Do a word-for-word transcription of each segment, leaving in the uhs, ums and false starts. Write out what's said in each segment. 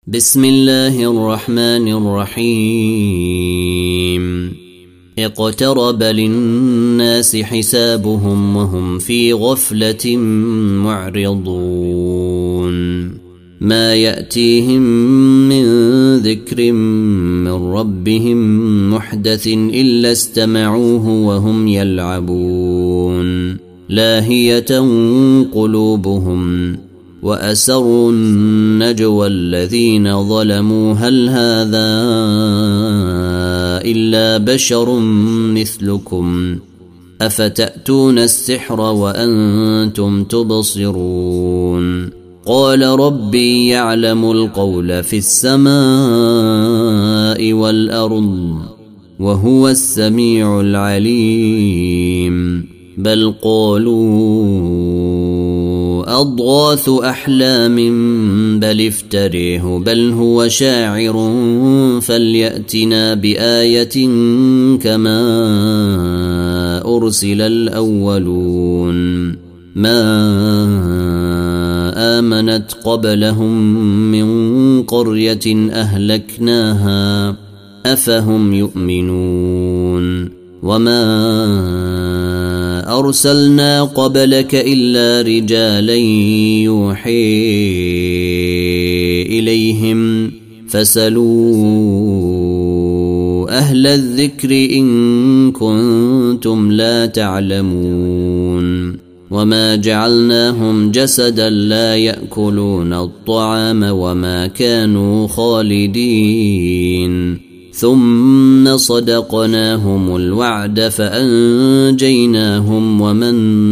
بسم الله الرحمن الرحيم اقترب للناس حسابهم وهم في غفلة معرضون ما يأتيهم من ذكر من ربهم محدث إلا استمعوه وهم يلعبون لاهية قلوبهم وأسروا النجوى الذين ظلموا هل هذا إلا بشر مثلكم أفتأتون السحر وأنتم تبصرون قال ربي يعلم القول في السماء والأرض وهو السميع العليم بل قالوا أضغاث أحلام بل افتريه بل هو شاعر فليأتنا بآية كما أرسل الأولون ما آمنت قبلهم من قرية أهلكناها أفهم يؤمنون وما أرسلنا قبلك إلا رجالا يوحي إليهم فاسألوا أهل الذكر إن كنتم لا تعلمون وما جعلناهم جسدا لا يأكلون الطعام وما كانوا خالدين ثم صدقناهم الوعد فأنجيناهم ومن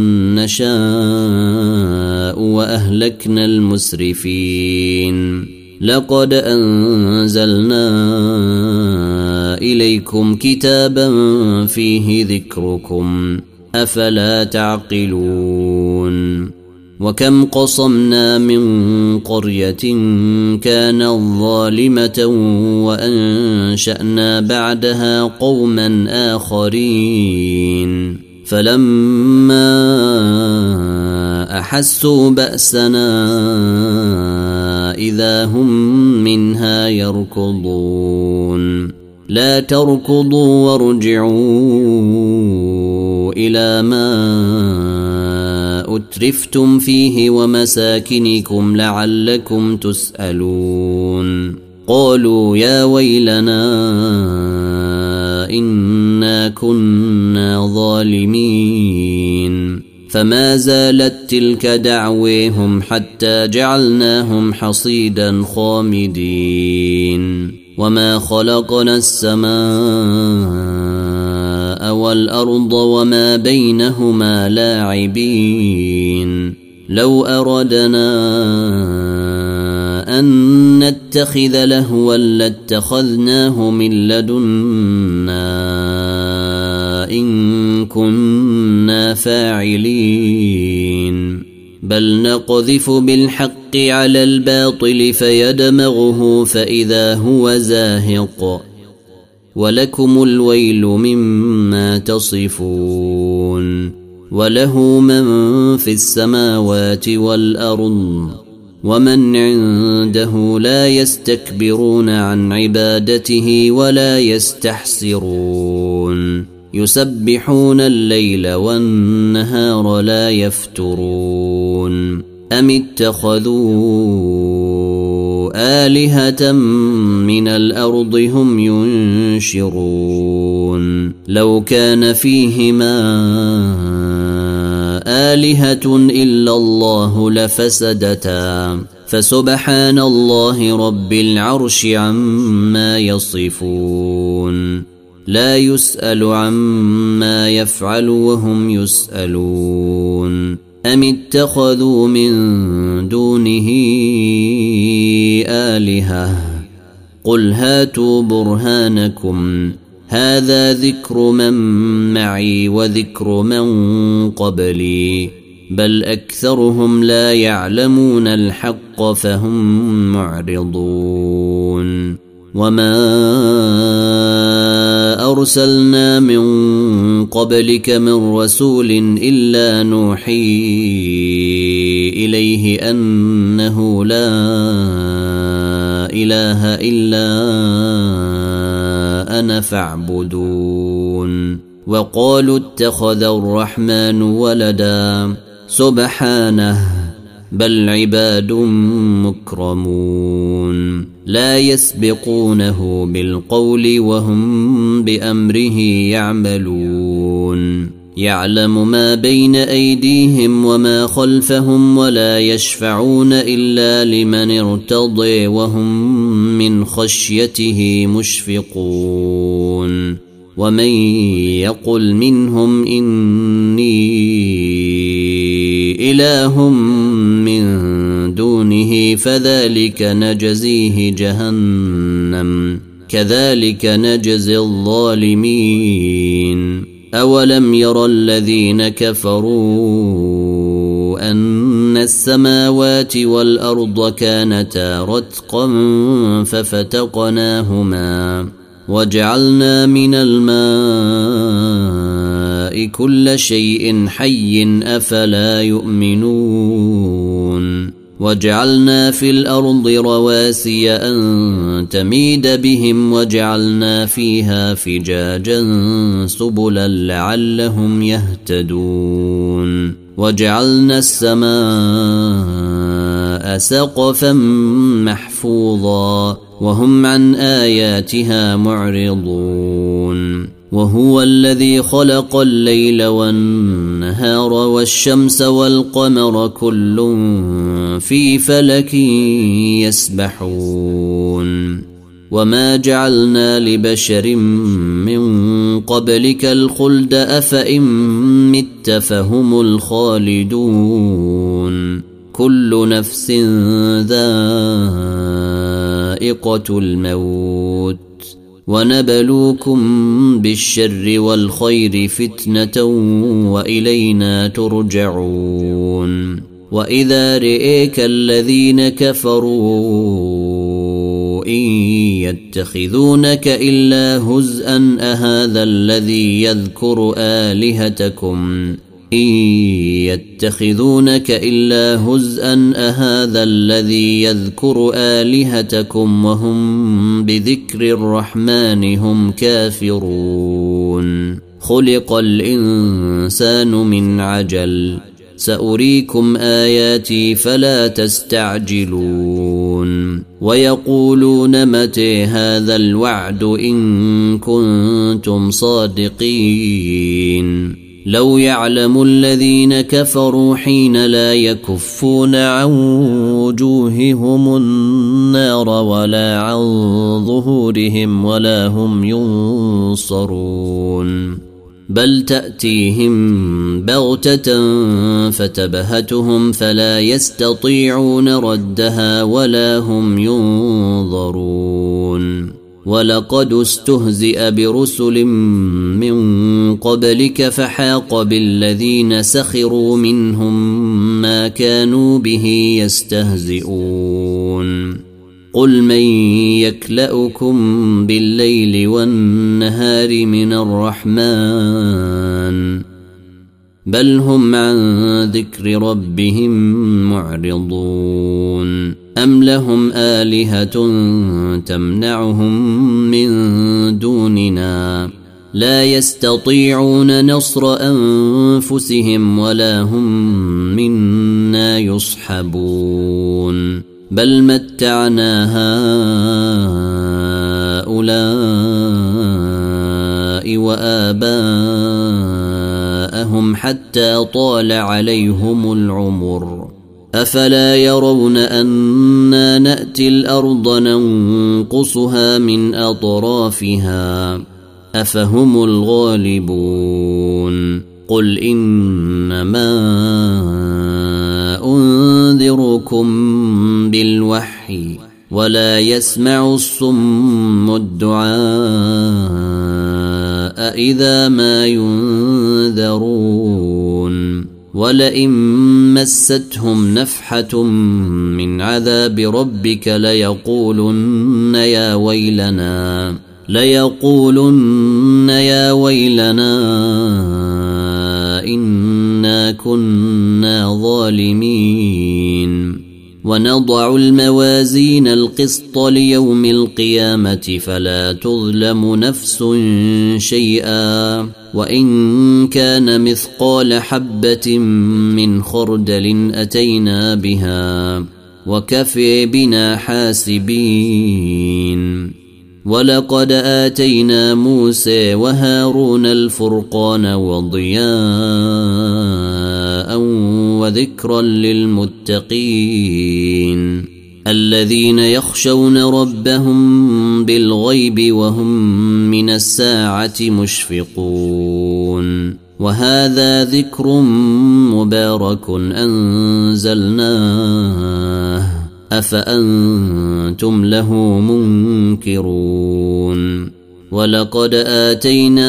نشاء وأهلكنا المسرفين لقد أنزلنا إليكم كتابا فيه ذكركم أفلا تعقلون وكم قصمنا من قرية كانت ظالمة وأنشأنا بعدها قوما آخرين فلما أحسوا بأسنا إذا هم منها يركضون لا تركضوا وارجعوا إلى ما أترفتم فيه ومساكنكم لعلكم تسألون قالوا يا ويلنا إنا كنا ظالمين فما زالت تلك دعويهم حتى جعلناهم حصيدا خامدين وما خلقنا السماء والأرض وما بينهما لاعبين لو أردنا أن نتخذ لهوا لاتخذناه من لدنا إن كنا فاعلين بل نقذف بالحق على الباطل فيدمغه فإذا هو زاهق ولكم الويل مما تصفون وله من في السماوات والأرض ومن عنده لا يستكبرون عن عبادته ولا يستحسرون يسبحون الليل والنهار لا يفترون أم اتخذوا آلهة من الأرض هم ينشرون لو كان فيهما آلهة إلا الله لفسدتا فسبحان الله رب العرش عما يصفون لا يسأل عما يفعل وهم يسألون أم اتخذوا من دونه آلهة قل هاتوا برهانكم هذا ذكر من معي وذكر من قبلي بل أكثرهم لا يعلمون الحق فهم معرضون وما أرسلنا من قبلك من رسول إلا نوحي إليه أنه لا إله إلا أنا فاعبدون وقالوا اتخذ الرحمن ولدا سبحانه بل عباد مكرمون لا يسبقونه بالقول وهم بأمره يعملون يعلم ما بين أيديهم وما خلفهم ولا يشفعون إلا لمن ارتضي وهم من خشيته مشفقون ومن يقل منهم إني إله من دونه فذلك نجزيه جهنم كذلك نجزي الظالمين أولم ير الذين كفروا أن السماوات والأرض كانتا رتقا ففتقناهما وجعلنا من الماء كل شيء حي أفلا يؤمنون وجعلنا في الأرض رواسي أن تميد بهم وجعلنا فيها فجاجا سبلا لعلهم يهتدون وجعلنا السماء سقفا محفوظا وهم عن آياتها معرضون وهو الذي خلق الليل والنهار والشمس والقمر كل في فلك يسبحون وما جعلنا لبشر من قبلك الخلد أفإن مت فهم الخالدون كل نفس ذائقة الموت ونبلوكم بالشر والخير فتنة وإلينا ترجعون وإذا رئيك الذين كفروا إن يتخذونك إلا هزءا أهذا الذي يذكر آلهتكم إن يتخذونك إلا هزءا أهذا الذي يذكر آلهتكم وهم بذكر الرحمن هم كافرون خلق الإنسان من عجل سأريكم آياتي فلا تستعجلون ويقولون متى هذا الوعد إن كنتم صادقين لو يعلم الذين كفروا حين لا يكفون عن وجوههم النار ولا عن ظهورهم ولا هم ينصرون بل تأتيهم بغتة فتبهتهم فلا يستطيعون ردها ولا هم ينظرون ولقد استهزئ برسل من قبلك فحاق بالذين سخروا منهم ما كانوا به يستهزئون قل من يكلؤكم بالليل والنهار من الرحمن بل هم عن ذكر ربهم معرضون أم لهم آلهة تمنعهم من دوننا لا يستطيعون نصر أنفسهم ولا هم منا يصحبون بل متعنا هؤلاء وآباءهم حتى طال عليهم العمر أفلا يرون أنا نأتي الأرض ننقصها من أطرافها أفهم الغالبون قل إنما أنذركم بالوحي ولا يسمع الصم الدعاء إذا ما ينذرون ولئن مستهم نفحة من عذاب ربك ليقولن يا ويلنا ليقولن يا ويلنا إنا كنا ظالمين ونضع الموازين القسط ليوم القيامة فلا تظلم نفس شيئا وإن كان مثقال حبة من خردل أتينا بها وكفى بنا حاسبين ولقد آتينا موسى وهارون الفرقان وضياء وذكرا للمتقين الذين يخشون ربهم بالغيب وهم من الساعة مشفقون وهذا ذكر مبارك أنزلناه أفأنتم له منكرون ولقد آتينا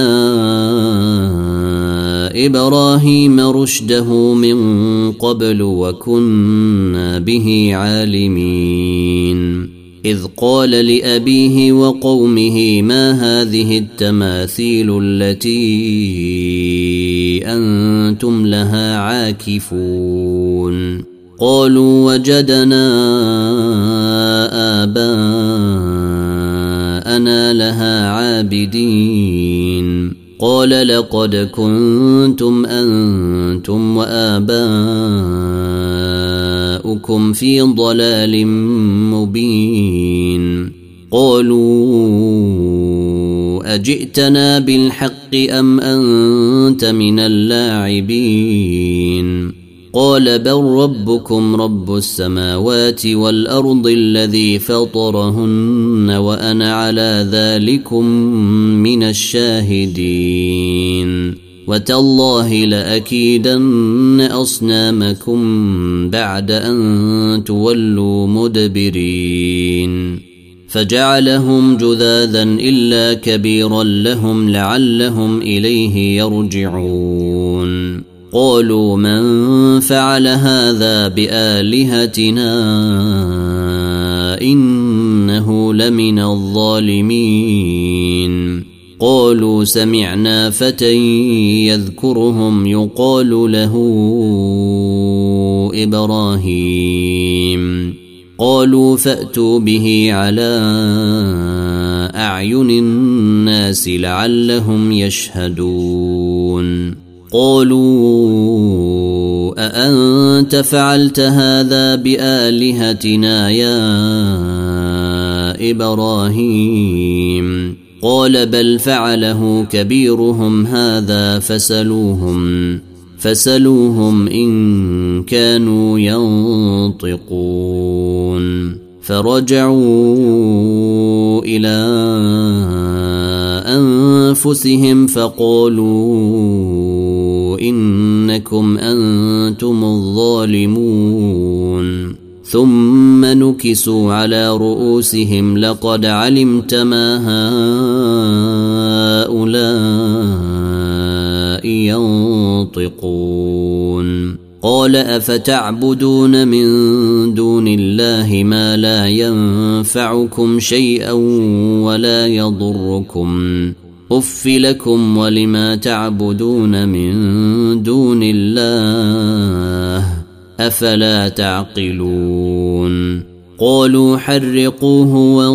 إبراهيم رشده من قبل وكنا به عالمين إذ قال لأبيه وقومه ما هذه التماثيل التي أنتم لها عاكفون قالوا وجدنا آباءنا لها عابدين قال لقد كنتم أنتم وآباؤكم في ضلال مبين قالوا أجئتنا بالحق أم أنت من اللاعبين قال بل ربكم رب السماوات والأرض الذي فطرهن وأنا على ذلكم من الشاهدين وتالله لأكيدن أصنامكم بعد أن تولوا مدبرين فجعلهم جذاذا إلا كبيرا لهم لعلهم إليه يرجعون قالوا من فعل هذا بآلهتنا إنه لمن الظالمين قالوا سمعنا فتى يذكرهم يقال له إبراهيم قالوا فأتوا به على أعين الناس لعلهم يشهدون قالوا أأنت فعلت هذا بآلهتنا يا إبراهيم قال بل فعله كبيرهم هذا فسلوهم فسلوهم إن كانوا ينطقون فرجعوا إلى أنفسهم فقالوا إنكم أنتم الظالمون ثم نكسوا على رؤوسهم لقد علمت ما هؤلاء ينطقون قال أفتعبدون من دون الله ما لا ينفعكم شيئا ولا يضركم أف لكم ولما تعبدون من دون الله أفلا تعقلون قالوا حرقوه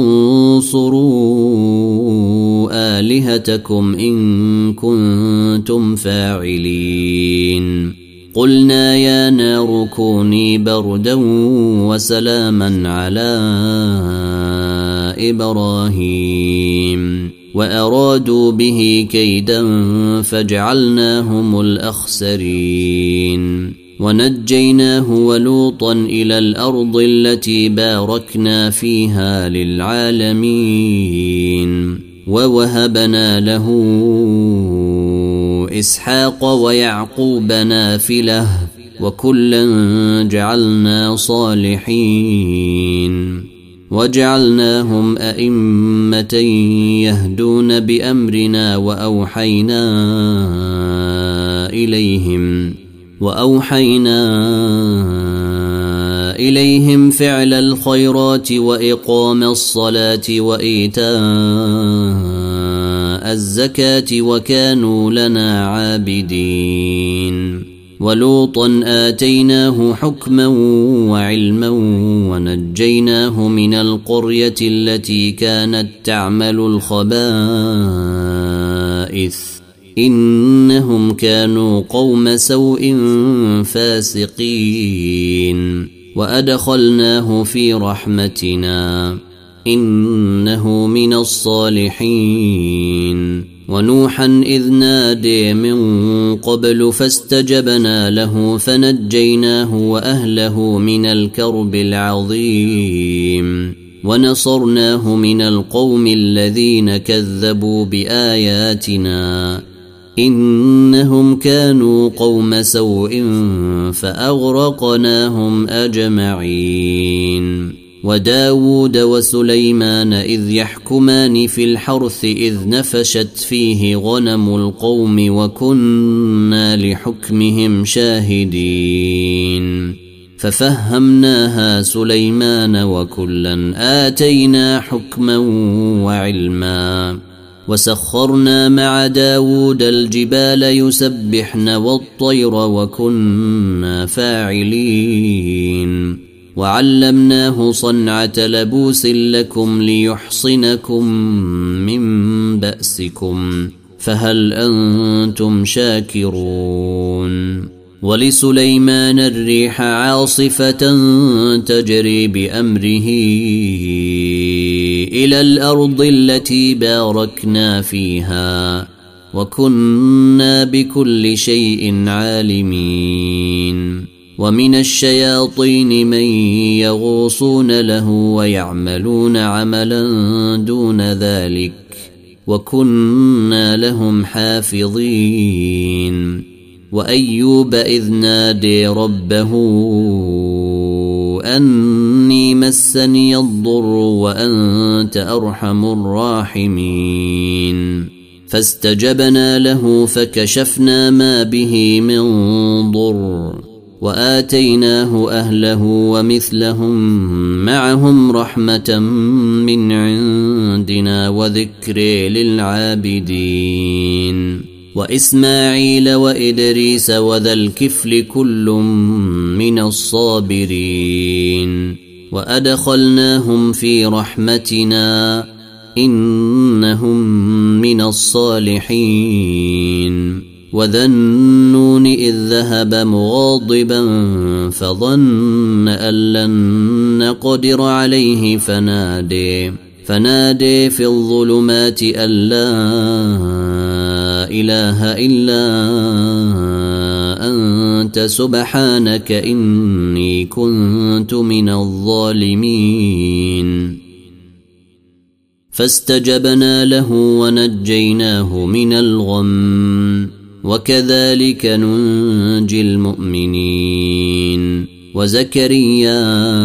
وانصروا آلهتكم إن كنتم فاعلين قلنا يا نار كوني بردا وسلاما على إبراهيم وأرادوا به كيدا فجعلناهم الأخسرين ونجيناه ولوطا إلى الأرض التي باركنا فيها للعالمين ووهبنا له إسحاق ويعقوب نافلة وكلا جعلنا صالحين وجعلناهم أئمة يهدون بأمرنا وأوحينا إليهم وأوحينا إليهم فعل الخيرات وإقام الصلاة وإيتاء الزكاة وكانوا لنا عابدين ولوطا آتيناه حكما وعلما ونجيناه من القرية التي كانت تعمل الخبائث إنهم كانوا قوم سوء فاسقين وأدخلناه في رحمتنا إنه من الصالحين ونوحا إذ نادي من قبل فاستجبنا له فنجيناه وأهله من الكرب العظيم ونصرناه من القوم الذين كذبوا بآياتنا إنهم كانوا قوم سوء فأغرقناهم أجمعين وداود وسليمان إذ يحكمان في الحرث إذ نفشت فيه غنم القوم وكنا لحكمهم شاهدين ففهمناها سليمان وكلا آتينا حكما وعلما وسخرنا مع داود الجبال يسبحن والطير وكنا فاعلين وعلمناه صنعة لبوس لكم ليحصنكم من بأسكم فهل أنتم شاكرون ولسليمان الريح عاصفة تجري بأمره إلى الأرض التي باركنا فيها وكنا بكل شيء عالمين ومن الشياطين من يغوصون له ويعملون عملا دون ذلك وكنا لهم حافظين وأيوب إذ نادي ربه أني مسني الضر وأنت أرحم الراحمين فاستجبنا له فكشفنا ما به من ضر وآتيناه أهله ومثلهم معهم رحمة من عندنا وذكر للعابدين وإسماعيل وإدريس وذا الكفل كل من الصابرين وأدخلناهم في رحمتنا إنهم من الصالحين وذا النون إذ ذهب مغاضبا فظن أن لن نقدر عليه فنادي فنادي في الظلمات أن لا إله إلا أنت سبحانك إني كنت من الظالمين فاستجبنا له ونجيناه من الغم وكذلك ننجي المؤمنين وزكريا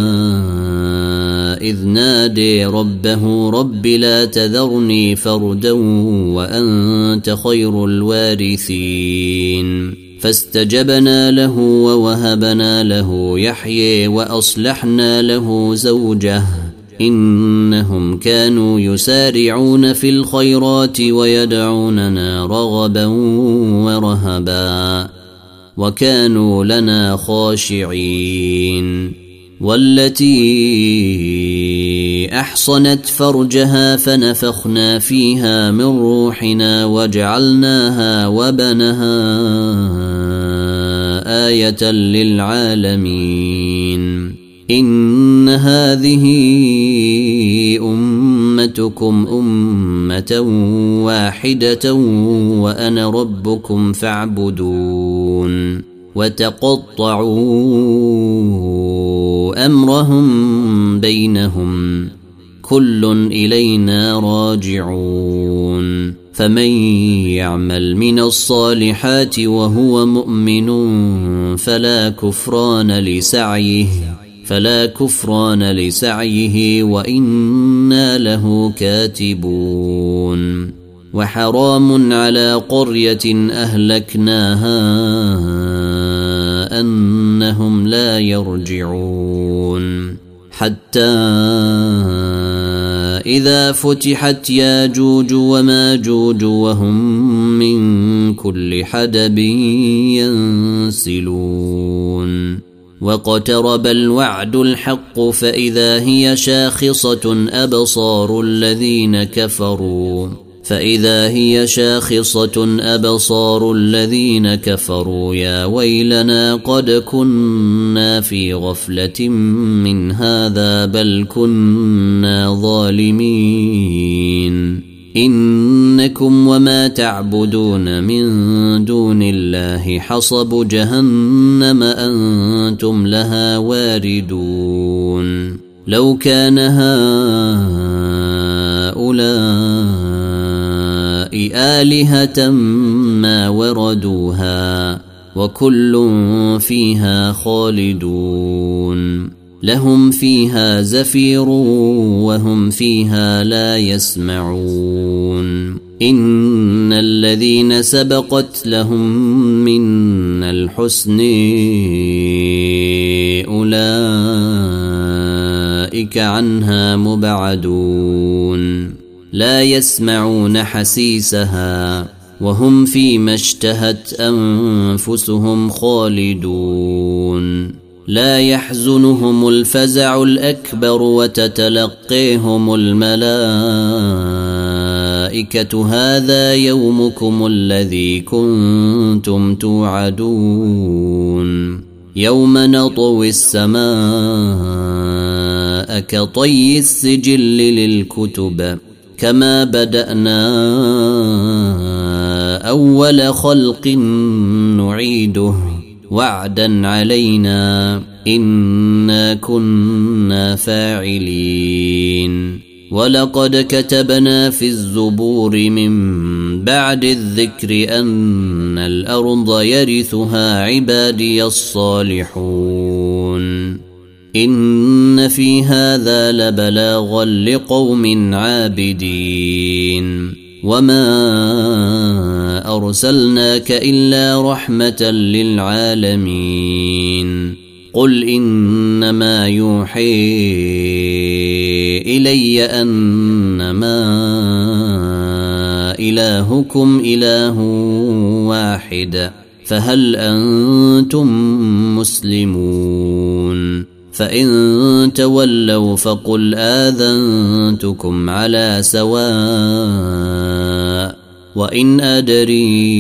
إذ نادي ربه رب لا تذرني فردا وأنت خير الوارثين فاستجبنا له ووهبنا له يحيى وأصلحنا له زوجه إنهم كانوا يسارعون في الخيرات ويدعوننا رغبا ورهبا وكانوا لنا خاشعين والتي أحصنت فرجها فنفخنا فيها من روحنا وجعلناها وبنها آية للعالمين إن هذه أمتكم أمة واحدة وأنا ربكم فاعبدون وتقطعوا أمرهم بينهم كل إلينا راجعون فمن يعمل من الصالحات وهو مؤمن فلا كفران لسعيه فلا كفران لسعيه وإنا له كاتبون وحرام على قرية أهلكناها أنهم لا يرجعون حتى فإذا فتحت ياجوج وماجوج وهم من كل حدب ينسلون واقترب الوعد الحق فإذا هي شاخصة أبصار الذين كفروا فإذا هي شاخصة أبصار الذين كفروا يا ويلنا قد كنا في غفلة من هذا بل كنا ظالمين إنكم وما تعبدون من دون الله حصب جهنم أنتم لها واردون لو كان هؤلاء آلهة ما وردوها وكل فيها خالدون لهم فيها زفير وهم فيها لا يسمعون إن الذين سبقت لهم من الحسن أولئك عنها مبعدون لا يسمعون حسيسها وهم فيما اشتهت أنفسهم خالدون لا يحزنهم الفزع الأكبر وتتلقيهم الملائكة هذا يومكم الذي كنتم توعدون يوم نطوي السماء كطي السجل للكتب كما بدأنا أول خلق نعيده وعدا علينا إنا كنا فاعلين ولقد كتبنا في الزبور من بعد الذكر أن الأرض يرثها عبادي الصالحون إن في هذا لبلاغا لقوم عابدين وما أرسلناك إلا رحمة للعالمين قل إنما يوحي إلي أنما إلهكم إله واحد فهل أنتم مسلمون فإن تولوا فقل آذنتكم على سواء وإن أدري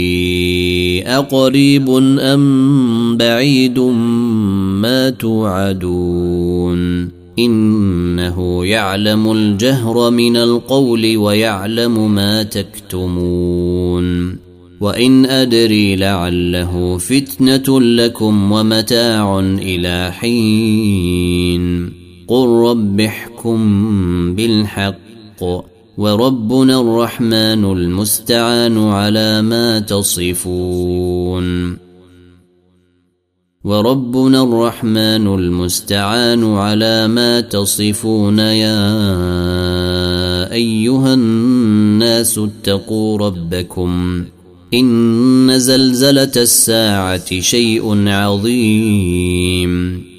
أقريب أم بعيد ما توعدون إنه يعلم الجهر من القول ويعلم ما تكتمون وإن أدري لعله فتنة لكم ومتاع إلى حين قل رب احكم بالحق وربنا الرحمن المستعان على ما تصفون وربنا الرحمن المستعان على ما تصفون يا أيها الناس اتقوا ربكم إن زلزلة الساعة شيء عظيم